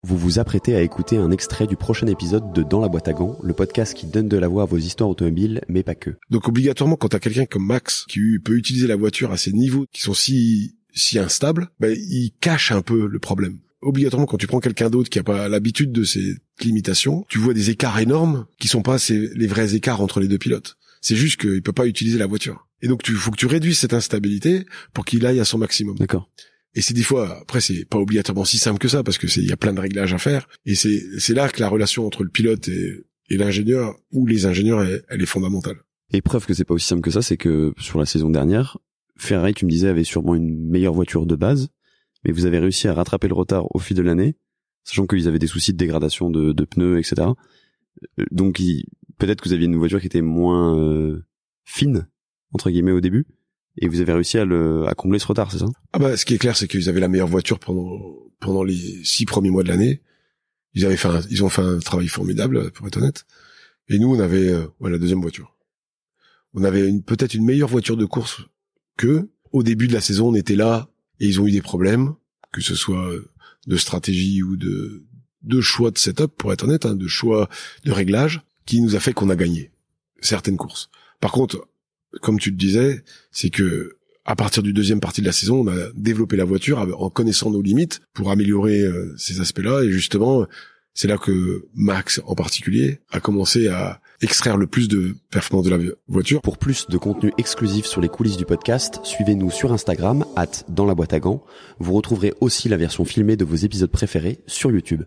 Vous vous apprêtez à écouter un extrait du prochain épisode de Dans la boîte à gants, le podcast qui donne de la voix à vos histoires automobiles, mais pas que. Donc obligatoirement, quand t'as quelqu'un comme Max qui peut utiliser la voiture à ces niveaux qui sont si instables, il cache un peu le problème. Obligatoirement, quand tu prends quelqu'un d'autre qui a pas l'habitude de ces limitations, tu vois des écarts énormes qui sont pas les vrais écarts entre les deux pilotes. C'est juste qu'il peut pas utiliser la voiture. Et donc, faut que tu réduises cette instabilité pour qu'il aille à son maximum. D'accord. Et c'est des fois, après, c'est pas obligatoirement si simple que ça parce que il y a plein de réglages à faire. Et c'est là que la relation entre le pilote et l'ingénieur ou les ingénieurs, elle est fondamentale. Et preuve que c'est pas aussi simple que ça, c'est que sur la saison dernière, Ferrari, tu me disais, avait sûrement une meilleure voiture de base, mais vous avez réussi à rattraper le retard au fil de l'année, sachant qu'ils avaient des soucis de dégradation de pneus, etc. Donc, peut-être que vous aviez une voiture qui était moins fine, entre guillemets, au début, et vous avez réussi à combler ce retard, c'est ça? Ce qui est clair, c'est qu'ils avaient la meilleure voiture pendant les 6 premiers mois de l'année. Ils ont fait un travail formidable, pour être honnête. Et nous, on avait la deuxième voiture. On avait peut-être une meilleure voiture de course qu'eux. Au début de la saison, on était là et ils ont eu des problèmes, que ce soit de stratégie ou de choix de setup, pour être honnête, de choix de réglage, qui nous a fait qu'on a gagné certaines courses. Par contre, comme tu le disais, c'est que à partir du deuxième partie de la saison, on a développé la voiture en connaissant nos limites pour améliorer ces aspects-là. Et justement, c'est là que Max, en particulier, a commencé à extraire le plus de performance de la voiture. Pour plus de contenu exclusif sur les coulisses du podcast, suivez-nous sur Instagram, @danslaboîteagants. Vous retrouverez aussi la version filmée de vos épisodes préférés sur YouTube.